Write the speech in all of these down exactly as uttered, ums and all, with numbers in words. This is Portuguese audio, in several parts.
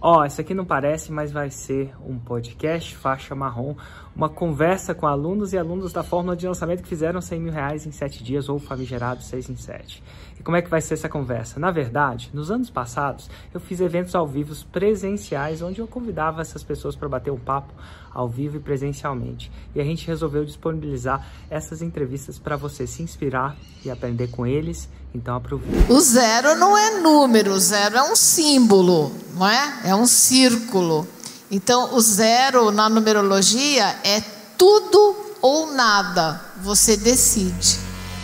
Ó, oh, isso aqui não parece, mas vai ser um podcast faixa marrom, uma conversa com alunos e alunos da fórmula de lançamento que fizeram cem mil reais em sete dias ou famigerado seis em sete. E como é que vai ser essa conversa? Na verdade, nos anos passados, eu fiz eventos ao vivo presenciais, onde eu convidava essas pessoas para bater um papo ao vivo e presencialmente. E a gente resolveu disponibilizar essas entrevistas para você se inspirar e aprender com eles. Então aproveita. O zero não é número, o zero é um símbolo, não é? É um círculo. Então o zero na numerologia é tudo ou nada. Você decide.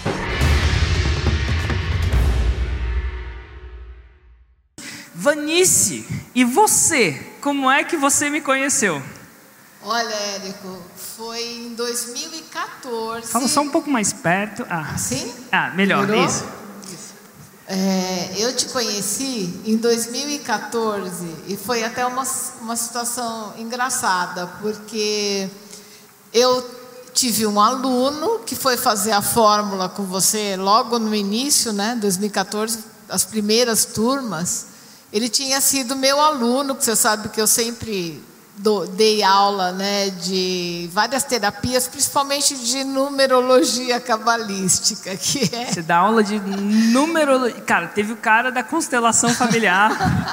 Vanice, e você? Como é que você me conheceu? Olha, Érico, foi em dois mil e quatorze. Fala só um pouco mais perto. Ah, assim? Ah, melhor, Melhorou? isso. É, eu te conheci em dois mil e quatorze e foi até uma, uma situação engraçada, porque eu tive um aluno que foi fazer a fórmula com você logo no início, né, dois mil e quatorze, as primeiras turmas. Ele tinha sido meu aluno, que você sabe que eu sempre do, dei aula, né, de várias terapias, principalmente de numerologia cabalística, que é... Você dá aula de numerologia. Cara, teve o cara da constelação familiar.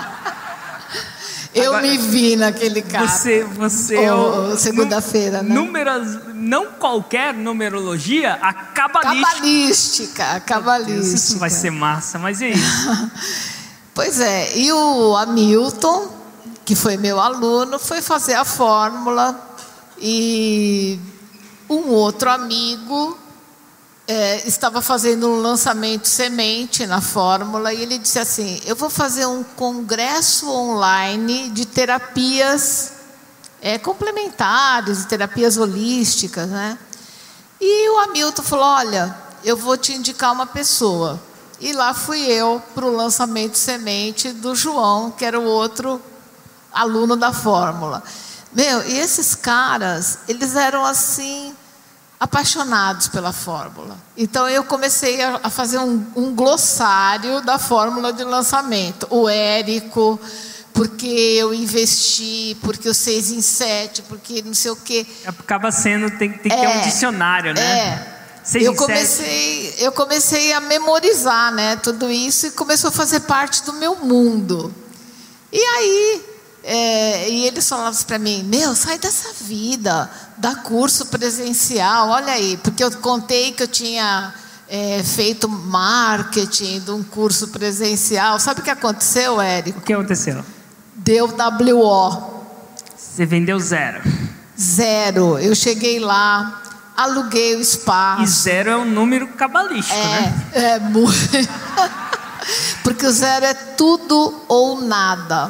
Eu Agora, me vi naquele cara. Você, você é oh, segunda-feira, né? Números, não qualquer numerologia, a cabalística. Cabalística, a cabalística. Isso vai ser massa, mas é isso. Pois é, e o Hamilton, que foi meu aluno, foi fazer a fórmula e um outro amigo é, estava fazendo um lançamento semente na fórmula e ele disse assim: eu vou fazer um congresso online de terapias é, complementares, de terapias holísticas, né? E o Hamilton falou: olha, eu vou te indicar uma pessoa. E lá fui eu para o lançamento semente do João, que era o outro aluno da fórmula. Meu, e esses caras, eles eram assim, apaixonados pela fórmula. Então eu comecei a, a fazer um, um glossário da fórmula de lançamento. O Érico, porque eu investi, porque o seis em sete, porque não sei o quê. Acaba sendo, tem, tem que é, ter um dicionário, né? É. Eu comecei, eu comecei a memorizar, né, tudo isso e começou a fazer parte do meu mundo. E aí, é, e eles falavam para mim: meu, sai dessa vida, dá curso presencial, olha aí, porque eu contei que eu tinha é, feito marketing de um curso presencial. Sabe o que aconteceu, Érico? O que aconteceu? Deu W O. Você vendeu zero. Zero. Eu cheguei lá, aluguei o espaço. E zero é um número cabalístico, é, né? É muito. Porque o zero é tudo ou nada.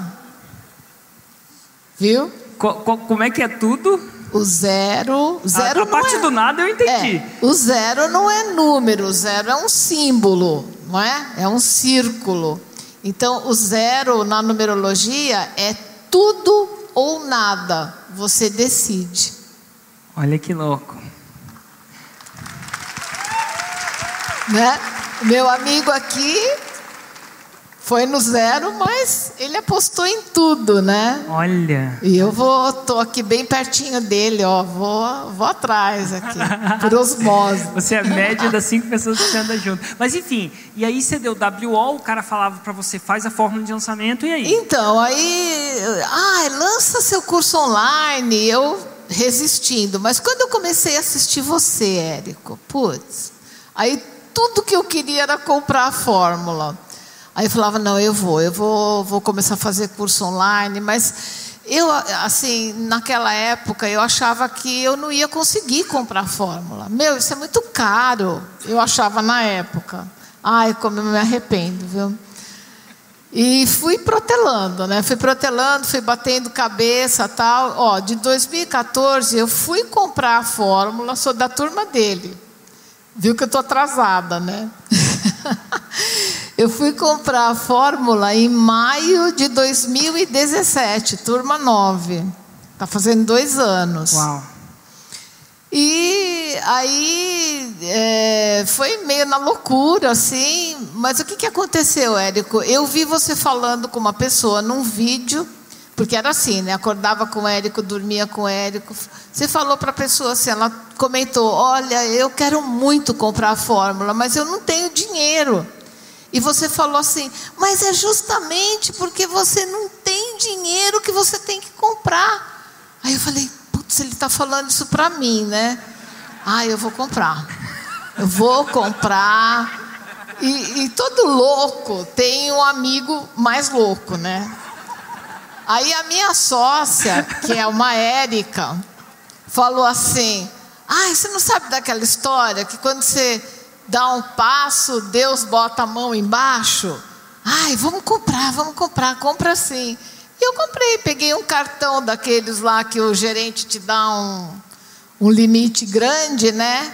Viu? Co, co, como é que é tudo? O zero. zero a a parte é, do nada eu entendi. É, o zero não é número, o zero é um símbolo, não é? É um círculo. Então, o zero na numerologia é tudo ou nada. Você decide. Olha que louco. Né? Meu amigo aqui foi no zero, mas ele apostou em tudo, né? Olha. E eu vou, tô aqui bem pertinho dele, ó, vou, vou atrás aqui, por osmose. Você é a média das cinco pessoas que você anda junto. Mas enfim, e aí você deu W O, o cara falava para você, faz a fórmula de lançamento, e aí? Então, aí, ah, lança seu curso online, eu resistindo. Mas quando eu comecei a assistir você, Érico, putz, aí tudo que eu queria era comprar a fórmula. Aí eu falava: não, eu vou, eu vou, vou começar a fazer curso online. Mas eu, assim, naquela época, eu achava que eu não ia conseguir comprar a fórmula. Meu, isso é muito caro, eu achava na época. Ai, como eu me arrependo, viu? E fui protelando, né? Fui protelando, fui batendo cabeça, tal. Ó, de dois mil e quatorze, eu fui comprar a fórmula, sou da turma dele. Viu que eu estou atrasada, né? Eu fui comprar a fórmula em maio de dois mil e dezessete, turma nove. Está fazendo dois anos. Uau. E aí é, foi meio na loucura, assim. Mas o que, que aconteceu, Érico? Eu vi você falando com uma pessoa num vídeo, Porque era assim, né? Acordava com o Érico, dormia com o Érico. Você falou para a pessoa assim, ela comentou, olha, eu quero muito comprar a fórmula, mas eu não tenho dinheiro. E você falou assim, mas é justamente porque você não tem dinheiro que você tem que comprar. Aí eu falei, putz, ele está falando isso para mim, né? Ah, eu vou comprar. Eu vou comprar. E, e todo louco tem um amigo mais louco, né? Aí a minha sócia, que é uma Érica, falou assim, ah, você não sabe daquela história que quando você dá um passo, Deus bota a mão embaixo? Ai, vamos comprar, vamos comprar, compra sim. E eu comprei, peguei um cartão daqueles lá que o gerente te dá um, um limite grande, né?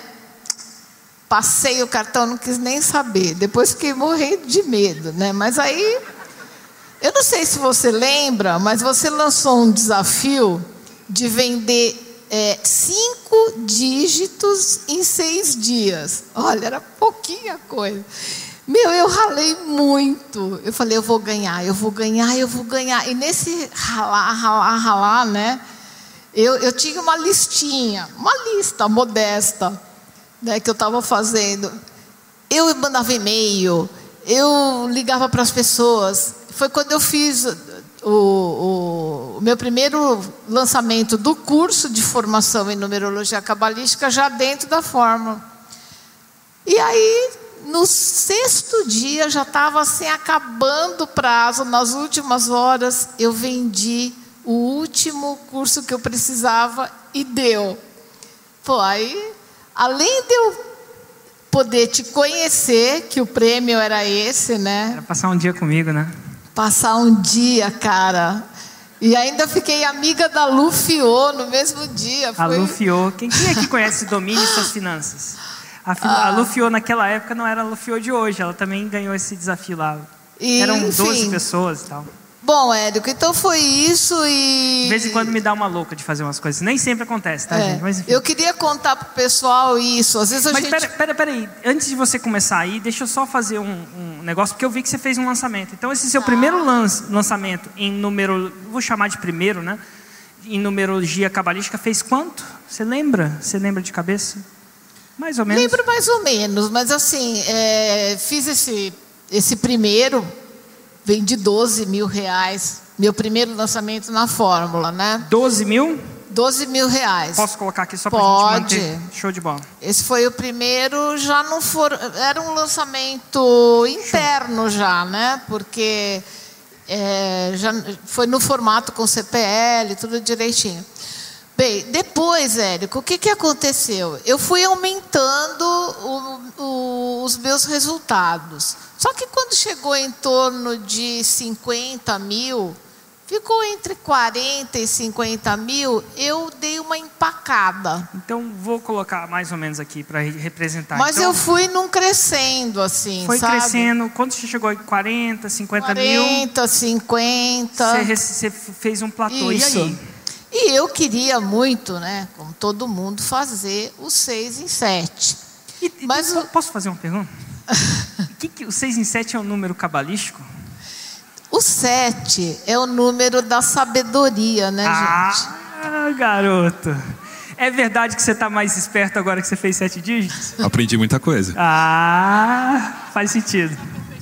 Passei o cartão, não quis nem saber. Depois fiquei morrendo de medo, né? Mas aí... Eu não sei se você lembra, mas você lançou um desafio de vender é, cinco dígitos em seis dias. Olha, era pouquinha coisa. Meu, eu ralei muito. Eu falei, eu vou ganhar, eu vou ganhar, eu vou ganhar. E nesse ralar, ralar, ralar, né? Eu, eu tinha uma listinha, uma lista modesta, né, que eu estava fazendo. Eu mandava e-mail, eu ligava para as pessoas. Foi quando eu fiz o, o, o meu primeiro lançamento do curso de formação em numerologia cabalística já dentro da fórmula. E aí, no sexto dia, já estava assim, acabando o prazo, nas últimas horas, eu vendi o último curso que eu precisava e deu. Pô, aí, além de eu poder te conhecer, que o prêmio era esse, né? Era passar um dia comigo, né? Passar um dia, cara. E ainda fiquei amiga da Lu Fiô no mesmo dia. Foi... A Lu Fiô. Quem, quem aqui conhece Domine Suas Finanças? A, ah. a Lu Fiô naquela época não era a Lu Fiô de hoje. Ela também ganhou esse desafio lá. E, Eram enfim, doze pessoas e tal. Bom, Érico, então foi isso e... De vez em quando me dá uma louca de fazer umas coisas. Nem sempre acontece, tá, é, gente? Mas, enfim. Eu queria contar pro pessoal isso. Às vezes a Mas gente... pera, pera, pera aí. Antes de você começar aí, deixa eu só fazer um, um negócio, porque eu vi que você fez um lançamento. Então, esse seu ah. primeiro lan- lançamento em número... Vou chamar de primeiro, né? Em numerologia cabalística, fez quanto? Você lembra? Você lembra de cabeça? Mais ou menos? Lembro mais ou menos. Mas assim, é, fiz esse, esse primeiro... Vendi doze mil reais. Meu primeiro lançamento na fórmula, né? doze mil? doze mil reais. Posso colocar aqui só para a gente manter? Show de bola. Esse foi o primeiro, já não for, era um lançamento interno já, né? Porque é, já foi no formato com C P L, tudo direitinho. Bem, depois, Érico, o que, que aconteceu? Eu fui aumentando o, o, os meus resultados. Só que quando chegou em torno de cinquenta mil, ficou entre quarenta e cinquenta mil, eu dei uma empacada. Então, vou colocar mais ou menos aqui para representar. Mas então, eu fui num crescendo, assim, foi sabe? crescendo. Quando você chegou em quarenta, cinquenta mil... quarenta, cinquenta... Você, você fez um platô. Isso. E aí? E eu queria muito, né, como todo mundo, fazer o seis em sete. E, Mas eu, posso fazer uma pergunta? que que, o seis em sete é um número cabalístico? O sete é o número da sabedoria, né, ah, gente? Ah, garoto. É verdade que você está mais esperto agora que você fez sete dígitos? Aprendi muita coisa. Ah, faz sentido.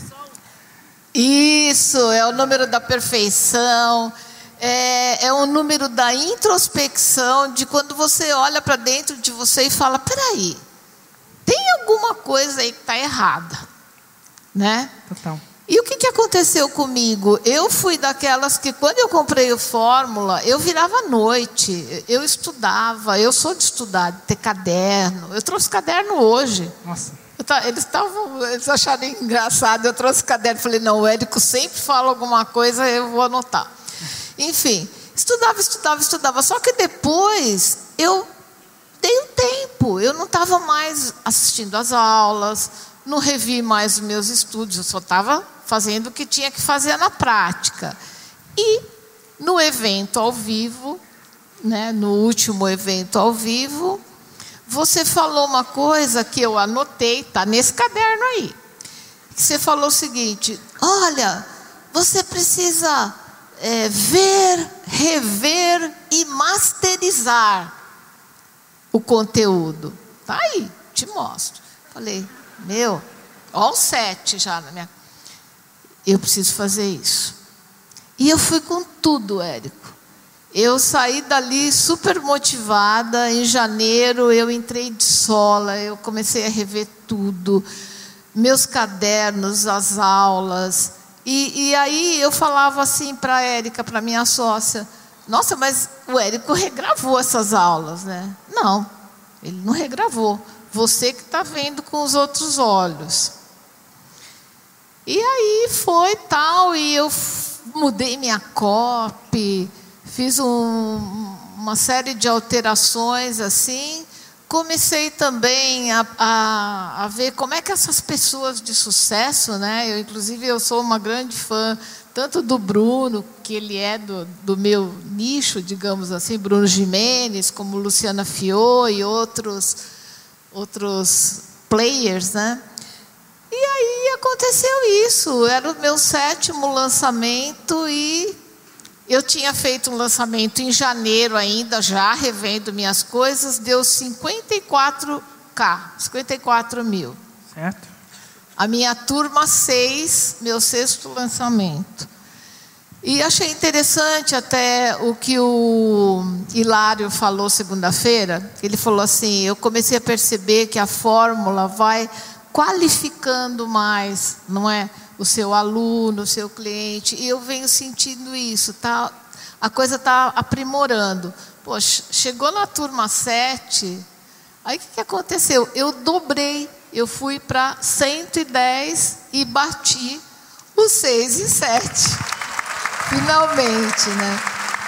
Isso, é o número da perfeição. É, é o número da introspecção, de quando você olha para dentro de você e fala, peraí, tem alguma coisa aí que está errada, né? Total. E o que, que aconteceu comigo? Eu fui daquelas que, quando eu comprei o Fórmula, eu virava à noite, eu estudava, eu sou de estudar, de ter caderno. Eu trouxe caderno hoje. Nossa. Eu tá, eles, tavam, eles acharam engraçado, eu trouxe caderno. Falei, não, o Érico sempre fala alguma coisa, eu vou anotar. Enfim, estudava, estudava, estudava. Só que depois eu dei um tempo. Eu não estava mais assistindo às aulas, não revi mais os meus estudos. Eu só estava fazendo o que tinha que fazer na prática. E no evento ao vivo, né, no último evento ao vivo, você falou uma coisa que eu anotei, está nesse caderno aí. Você falou o seguinte, olha, você precisa... É, ver rever e masterizar o conteúdo. Tá aí, te mostro. Falei, meu, ó o sete já na minha... Eu preciso fazer isso. E eu fui com tudo, Érico. Eu saí dali super motivada. Em janeiro eu entrei de sola, eu comecei a rever tudo. Meus cadernos, as aulas. E, e aí eu falava assim para a Érica, para minha sócia, nossa, mas o Érico regravou essas aulas, né? Não, ele não regravou. Você que está vendo com os outros olhos. E aí foi tal, e eu mudei minha copy, fiz um, uma série de alterações assim. Comecei também a, a, a ver como é que essas pessoas de sucesso, né? Eu, inclusive, eu sou uma grande fã, tanto do Bruno, que ele é do, do meu nicho, digamos assim, Bruno Gimenez, como Luciana Fior e outros, outros players, né? E aí aconteceu isso, era o meu sétimo lançamento e eu tinha feito um lançamento em janeiro ainda, já revendo minhas coisas, deu cinquenta e quatro K, cinquenta e quatro mil. Certo. A minha turma seis, meu sexto lançamento. E achei interessante até o que o Hilário falou segunda-feira. Ele falou assim, eu comecei a perceber que a fórmula vai qualificando mais, não é? O seu aluno, o seu cliente, e eu venho sentindo isso, tá? A coisa está aprimorando. Poxa, chegou na turma sete, aí o que, que aconteceu? Eu dobrei, eu fui para cento e dez e bati os seis e sete. Finalmente, né?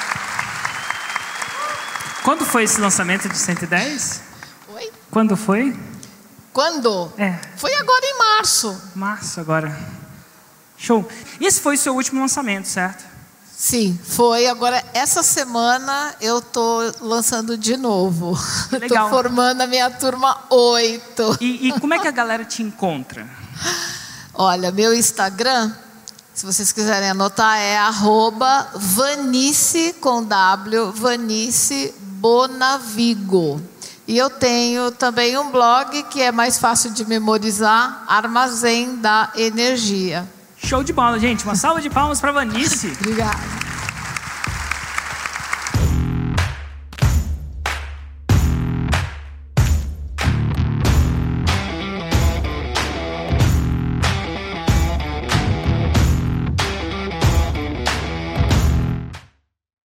Quando foi esse lançamento de cento e dez? Oi? Quando foi? Quando? É. Foi agora em março. Março agora. Show. E esse foi o seu último lançamento, certo? Sim, foi. Agora, essa semana eu estou lançando de novo. Estou formando a minha turma oito. E, e como é que a galera te encontra? Olha, meu Instagram, se vocês quiserem anotar, é arroba Vanice, com W, Vanice Bonavigo. E eu tenho também um blog que é mais fácil de memorizar, Armazém da Energia. Show de bola, gente. Uma salva de palmas para Vanice. Obrigada.